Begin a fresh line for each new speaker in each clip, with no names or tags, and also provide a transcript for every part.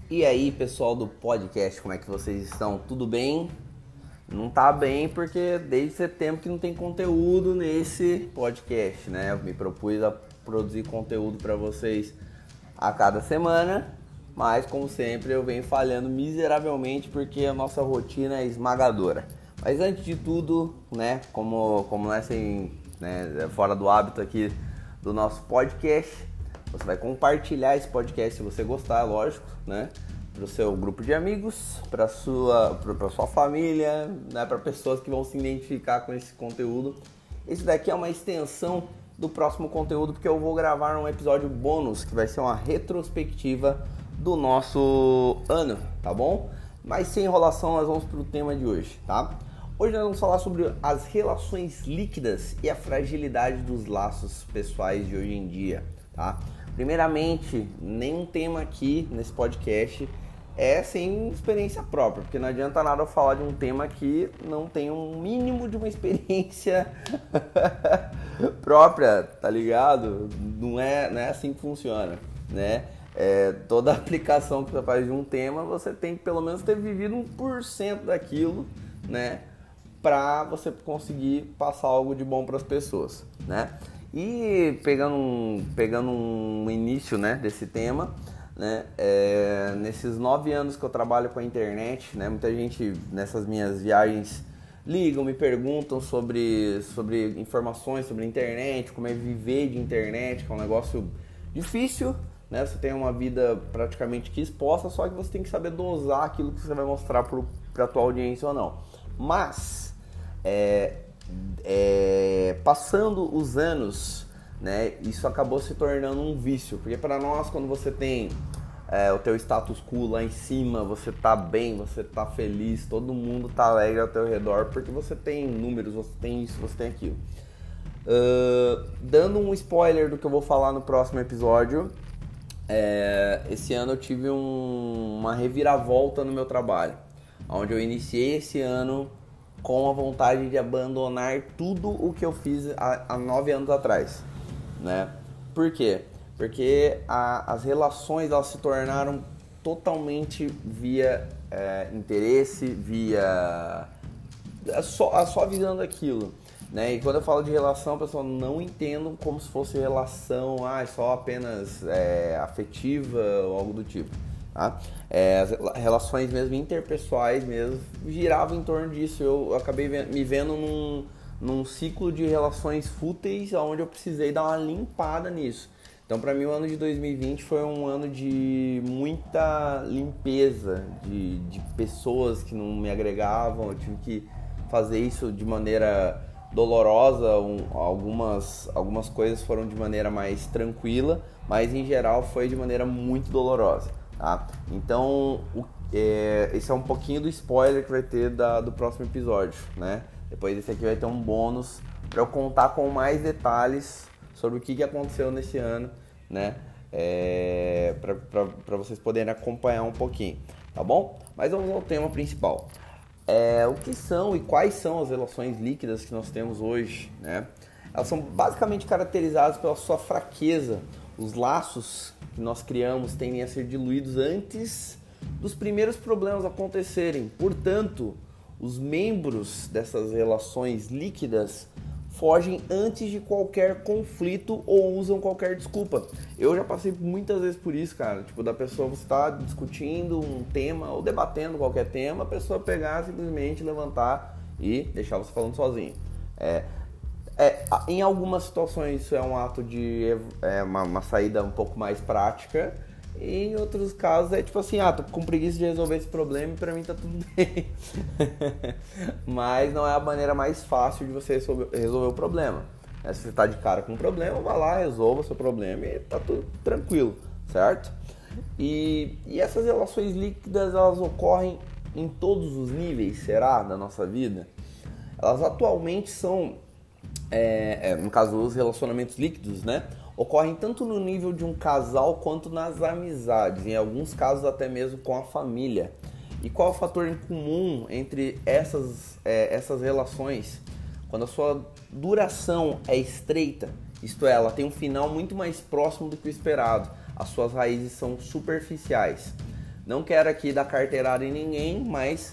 E aí, pessoal do podcast, como é que vocês estão? Tudo bem? Não tá bem porque desde setembro que não tem conteúdo nesse podcast, né? Eu me propus a produzir conteúdo para vocês a cada semana, mas como sempre eu venho falhando miseravelmente porque a nossa rotina é esmagadora. Mas antes de tudo, né, como não é fora do hábito aqui do nosso podcast, você vai compartilhar esse podcast se você gostar, lógico, né? Para o seu grupo de amigos, para sua família, né? Para pessoas que vão se identificar com esse conteúdo. Esse daqui é uma extensão do próximo conteúdo, porque eu vou gravar um episódio bônus, que vai ser uma retrospectiva do nosso ano, tá bom? Mas sem enrolação, nós vamos para o tema de hoje, tá? Hoje nós vamos falar sobre as relações líquidas e a fragilidade dos laços pessoais de hoje em dia, tá? Primeiramente, nenhum tema aqui nesse podcast é sem experiência própria, porque não adianta nada eu falar de um tema que não tem um mínimo de uma experiência própria, tá ligado? Não é assim que funciona, né? Toda aplicação que você faz de um tema, você tem que pelo menos ter vivido 1% daquilo, né? Pra você conseguir passar algo de bom para as pessoas, né? E pegando um início, né, desse tema, né, nesses 9 anos que eu trabalho com a internet, né, muita gente nessas minhas viagens ligam, me perguntam sobre informações sobre a internet, como é viver de internet, que é um negócio difícil, né? Você tem uma vida praticamente que exposta, só que você tem que saber dosar aquilo que você vai mostrar para a tua audiência ou não. Mas passando os anos, né, isso acabou se tornando um vício, porque para nós, quando você tem o teu status quo lá em cima, você tá bem, você tá feliz, todo mundo tá alegre ao teu redor, porque você tem números, você tem isso, você tem aquilo. Dando um spoiler do que eu vou falar no próximo episódio, esse ano eu tive uma reviravolta no meu trabalho, onde eu iniciei esse ano com a vontade de abandonar tudo o que eu fiz há 9 anos atrás, né? Por quê? Porque as relações elas se tornaram totalmente via interesse, via só visando aquilo, né? E quando eu falo de relação, pessoal, não entendam como se fosse relação só apenas afetiva ou algo do tipo. Tá? As relações mesmo interpessoais mesmo giravam em torno disso. Eu acabei me vendo num ciclo de relações fúteis, onde eu precisei dar uma limpada nisso. Então, para mim, o ano de 2020 foi um ano de muita limpeza de pessoas que não me agregavam. Eu tive que fazer isso de maneira dolorosa. Algumas coisas foram de maneira mais tranquila, mas em geral foi de maneira muito dolorosa. Tá? Então, esse é um pouquinho do spoiler que vai ter do próximo episódio, né? Depois desse aqui vai ter um bônus para eu contar com mais detalhes sobre o que aconteceu nesse ano, né? Para vocês poderem acompanhar um pouquinho, tá bom? Mas vamos ao tema principal. O que são e quais são as relações líquidas que nós temos hoje, né? Elas são basicamente caracterizadas pela sua fraqueza. Os laços que nós criamos tendem a ser diluídos antes dos primeiros problemas acontecerem. Portanto, os membros dessas relações líquidas fogem antes de qualquer conflito ou usam qualquer desculpa. Eu já passei muitas vezes por isso, cara. Tipo, da pessoa, você tá discutindo um tema ou debatendo qualquer tema, a pessoa pegar, simplesmente levantar e deixar você falando sozinho. Em algumas situações isso é um ato de uma saída um pouco mais prática, e em outros casos é tipo assim, tô com preguiça de resolver esse problema e pra mim tá tudo bem. Mas não é a maneira mais fácil de você resolver o problema. Se você tá de cara com um problema, vá lá, resolva o seu problema e tá tudo tranquilo, certo? E essas relações líquidas, elas ocorrem em todos os níveis, será, da nossa vida? Elas atualmente são... no caso, os relacionamentos líquidos, né, ocorrem tanto no nível de um casal quanto nas amizades, em alguns casos até mesmo com a família. E qual é o fator em comum entre essas relações? Quando a sua duração é estreita, isto é, ela tem um final muito mais próximo do que o esperado, as suas raízes são superficiais. Não quero aqui dar carteirada em ninguém, mas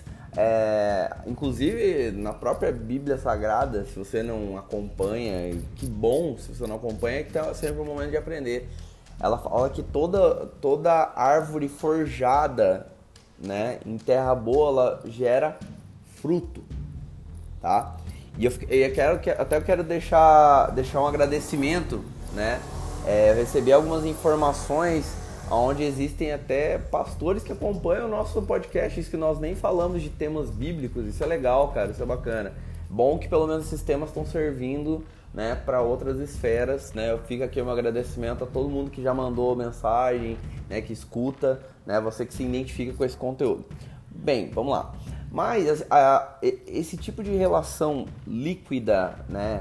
inclusive na própria Bíblia Sagrada, se você não acompanha, que bom se você não acompanha, que tá sempre o momento de aprender. Ela fala que toda árvore forjada, né, em terra boa, ela gera fruto, tá? E eu quero deixar um agradecimento, né? Eu recebi algumas informações onde existem até pastores que acompanham o nosso podcast, isso que nós nem falamos de temas bíblicos. Isso é legal, cara, isso é bacana. Bom que pelo menos esses temas estão servindo, né, para outras esferas, né? Eu fico aqui um agradecimento a todo mundo que já mandou mensagem, né, que escuta, né, você que se identifica com esse conteúdo. Bem, vamos lá. Mas esse tipo de relação líquida, né,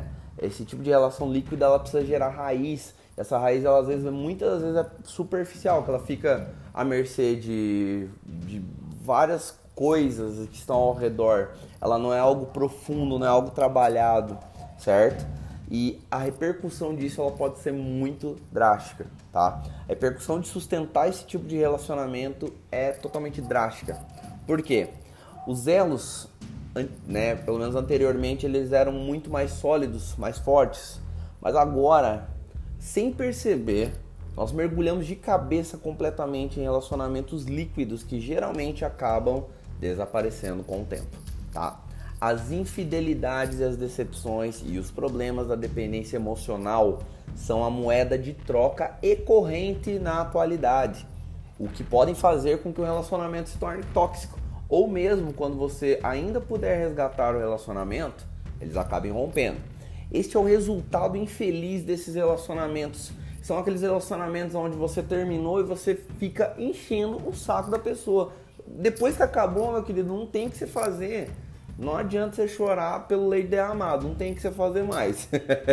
ela precisa gerar raiz. Essa raiz, ela, muitas vezes é superficial, que ela fica à mercê de várias coisas que estão ao redor. Ela não é algo profundo, não é algo trabalhado, certo? E a repercussão disso, ela pode ser muito drástica, tá? A repercussão de sustentar esse tipo de relacionamento é totalmente drástica. Por quê? Os elos, né, pelo menos anteriormente, eles eram muito mais sólidos, mais fortes. Mas agora, sem perceber, nós mergulhamos de cabeça completamente em relacionamentos líquidos que geralmente acabam desaparecendo com o tempo, tá? As infidelidades e as decepções e os problemas da dependência emocional são a moeda de troca e corrente na atualidade, o que podem fazer com que o relacionamento se torne tóxico, ou mesmo quando você ainda puder resgatar o relacionamento, eles acabem rompendo. Este é o resultado infeliz desses relacionamentos. São aqueles relacionamentos onde você terminou e você fica enchendo o saco da pessoa. Depois que acabou, meu querido, não tem o que você fazer. Não adianta você chorar pelo leite derramado, não tem o que você fazer mais.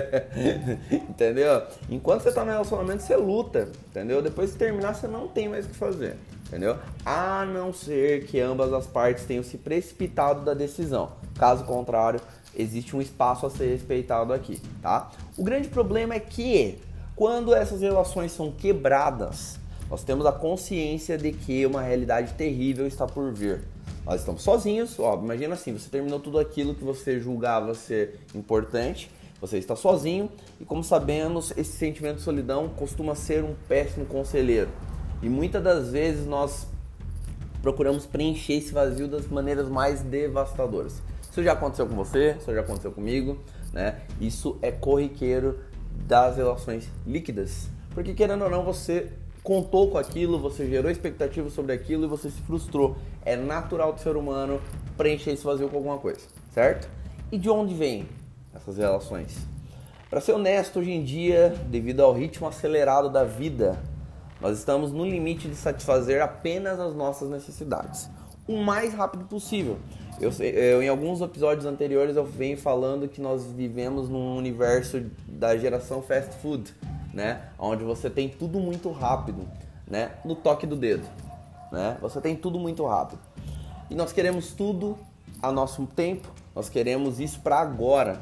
Entendeu? Enquanto você está no relacionamento, você luta, entendeu? Depois que terminar, você não tem mais o que fazer, entendeu? A não ser que ambas as partes tenham se precipitado da decisão. Caso contrário, existe um espaço a ser respeitado aqui, tá? O grande problema é que, quando essas relações são quebradas, nós temos a consciência de que uma realidade terrível está por vir. Nós estamos sozinhos, ó, imagina assim, você terminou tudo aquilo que você julgava ser importante, você está sozinho e, como sabemos, esse sentimento de solidão costuma ser um péssimo conselheiro. E muitas das vezes nós procuramos preencher esse vazio das maneiras mais devastadoras. Isso já aconteceu com você, isso já aconteceu comigo, né? Isso é corriqueiro das relações líquidas, porque querendo ou não, você contou com aquilo, você gerou expectativas sobre aquilo e você se frustrou. É natural do ser humano preencher esse vazio com alguma coisa, certo? E de onde vêm essas relações? Para ser honesto, hoje em dia, devido ao ritmo acelerado da vida, nós estamos no limite de satisfazer apenas as nossas necessidades, o mais rápido possível. Eu em alguns episódios anteriores eu venho falando que nós vivemos num universo da geração fast food, né? Onde você tem tudo muito rápido, né? No toque do dedo, né? Você tem tudo muito rápido. E nós queremos tudo a nosso tempo, nós queremos isso para agora.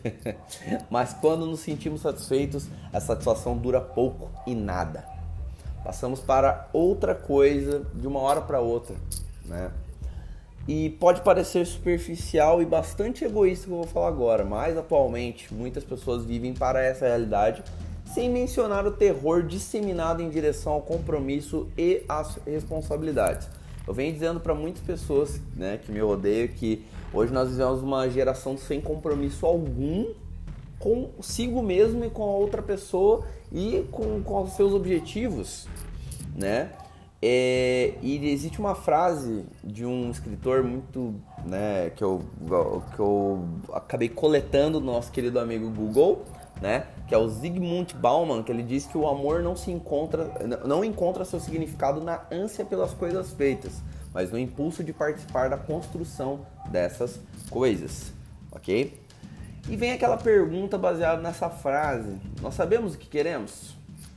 Mas quando nos sentimos satisfeitos, a satisfação dura pouco e nada. Passamos para outra coisa de uma hora para outra, né? E pode parecer superficial e bastante egoísta o que eu vou falar agora, mas atualmente muitas pessoas vivem para essa realidade, sem mencionar o terror disseminado em direção ao compromisso e às responsabilidades. Eu venho dizendo para muitas pessoas, né, que me rodeiam, que hoje nós vivemos uma geração sem compromisso algum consigo mesmo e com a outra pessoa e com os seus objetivos, né? E existe uma frase de um escritor muito, né, que eu acabei coletando do nosso querido amigo Google, né, que é o Zygmunt Bauman, que ele diz que o amor não encontra seu significado na ânsia pelas coisas feitas, mas no impulso de participar da construção dessas coisas, ok? E vem aquela pergunta baseada nessa frase: nós sabemos o que queremos?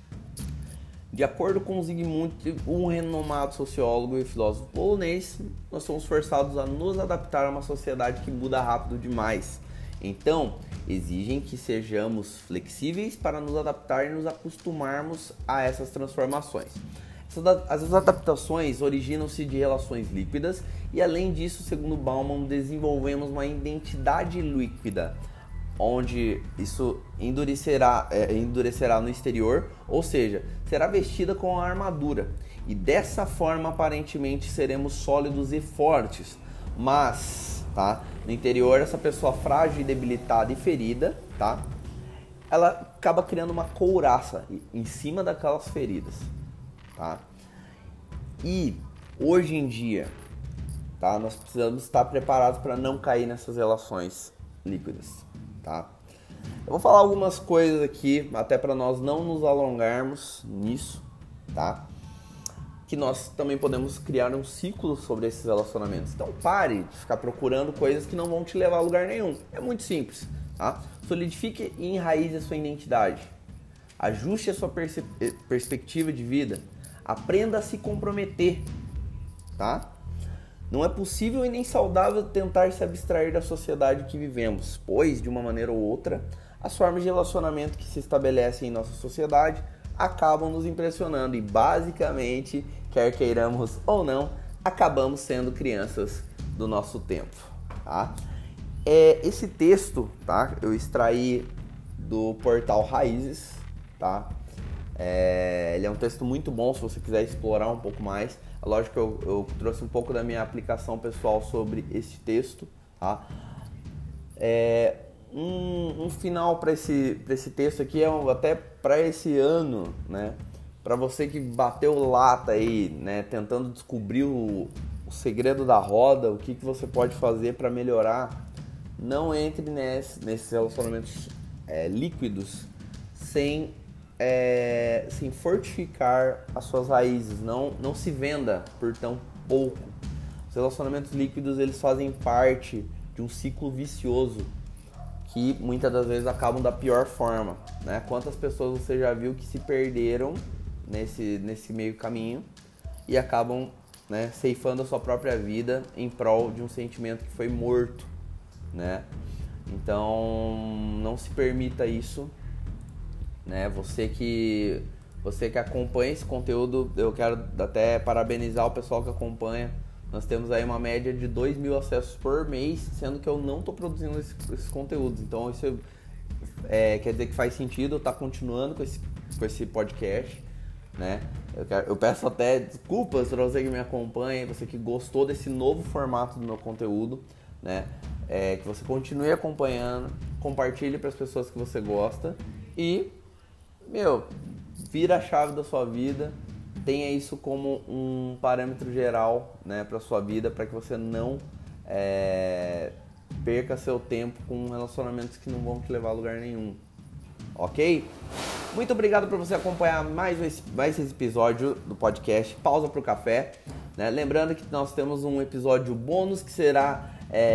De acordo com Zygmunt, um renomado sociólogo e filósofo polonês, nós somos forçados a nos adaptar a uma sociedade que muda rápido demais. Então, exigem que sejamos flexíveis para nos adaptar e nos acostumarmos a essas transformações. As adaptações originam-se de relações líquidas e, além disso, segundo Bauman, desenvolvemos uma identidade líquida, onde isso endurecerá no exterior, ou seja, será vestida com a armadura. E dessa forma, aparentemente, seremos sólidos e fortes. Mas, no interior, essa pessoa frágil, debilitada e ferida, ela acaba criando uma couraça em cima daquelas feridas. E hoje em dia, nós precisamos estar preparados para não cair nessas relações líquidas. Eu vou falar algumas coisas aqui, até para nós não nos alongarmos nisso, que nós também podemos criar um ciclo sobre esses relacionamentos. Então pare de ficar procurando coisas que não vão te levar a lugar nenhum. É muito simples. Solidifique e enraize a sua identidade. Ajuste a sua perspectiva de vida. Aprenda a se comprometer. Não é possível e nem saudável tentar se abstrair da sociedade que vivemos, pois, de uma maneira ou outra, as formas de relacionamento que se estabelecem em nossa sociedade acabam nos impressionando e, basicamente, quer queiramos ou não, acabamos sendo crianças do nosso tempo. Esse texto, eu extraí do portal Raízes, ele é um texto muito bom se você quiser explorar um pouco mais. Lógico que eu trouxe um pouco da minha aplicação pessoal sobre esse texto. Um final para esse texto aqui é até para esse ano, para você que bateu lata aí, tentando descobrir o segredo da roda, o que você pode fazer para melhorar. Não entre nesses relacionamentos líquidos sem fortificar as suas raízes. Não se venda por tão pouco. Os relacionamentos líquidos, eles fazem parte de um ciclo vicioso que muitas das vezes acabam da pior forma. Quantas pessoas você já viu que se perderam nesse meio caminho e acabam ceifando a sua própria vida em prol de um sentimento que foi morto, Então não se permita isso. Você que acompanha esse conteúdo, eu quero até parabenizar o pessoal que acompanha. Nós temos aí uma média de 2.000 acessos por mês, sendo que eu não estou produzindo esses conteúdos. Então isso quer dizer que faz sentido eu estar continuando com esse podcast, Eu peço até desculpas para você que me acompanha, você que gostou desse novo formato do meu conteúdo, que você continue acompanhando, compartilhe para as pessoas que você gosta e vira a chave da sua vida, tenha isso como um parâmetro geral, para a sua vida, para que você não perca seu tempo com relacionamentos que não vão te levar a lugar nenhum, ok? Muito obrigado por você acompanhar mais esse episódio do podcast Pausa pro Café, Lembrando que nós temos um episódio bônus que será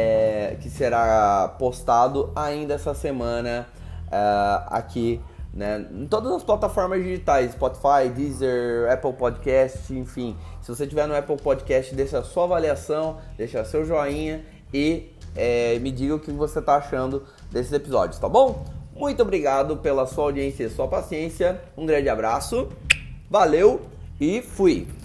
postado ainda essa semana aqui, em todas as plataformas digitais, Spotify, Deezer, Apple Podcast, enfim. Se você estiver no Apple Podcast, deixa a sua avaliação, deixa seu joinha e me diga o que você está achando desses episódios, tá bom? Muito obrigado pela sua audiência e sua paciência. Um grande abraço, valeu e fui!